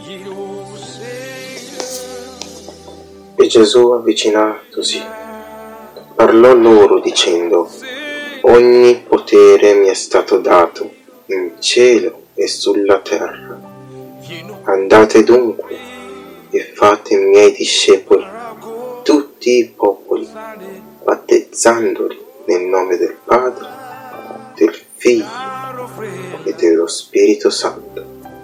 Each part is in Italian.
E Gesù, avvicinatosi, parlò loro dicendo: ogni potere mi è stato dato in cielo e sulla terra. Andate dunque e fate miei discepoli tutti i popoli, battezzandoli nel nome del Padre, del Figlio e dello Spirito Santo.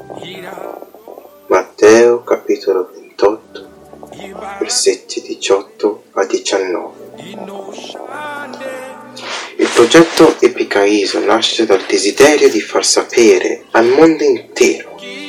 Matteo capitolo 28, versetti 18 a 19. Il progetto Epicaiso nasce dal desiderio di far sapere al mondo intero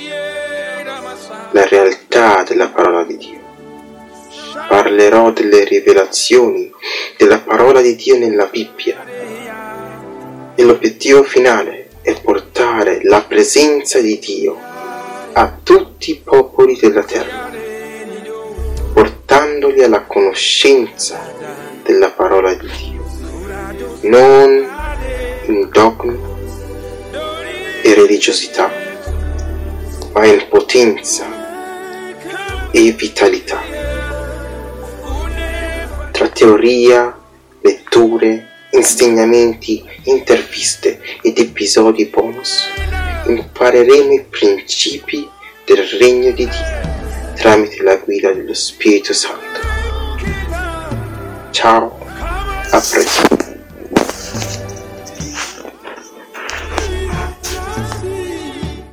la realtà della parola di Dio. Parlerò delle rivelazioni della parola di Dio nella Bibbia e l'obiettivo finale è portare la presenza di Dio a tutti i popoli della terra, portandoli alla conoscenza della parola di Dio, non in dogmi e religiosità, ma in potenza e vitalità. Tra teoria, letture, insegnamenti, interviste ed episodi bonus, impareremo i principi del regno di Dio tramite la guida dello Spirito Santo. Ciao, a presto.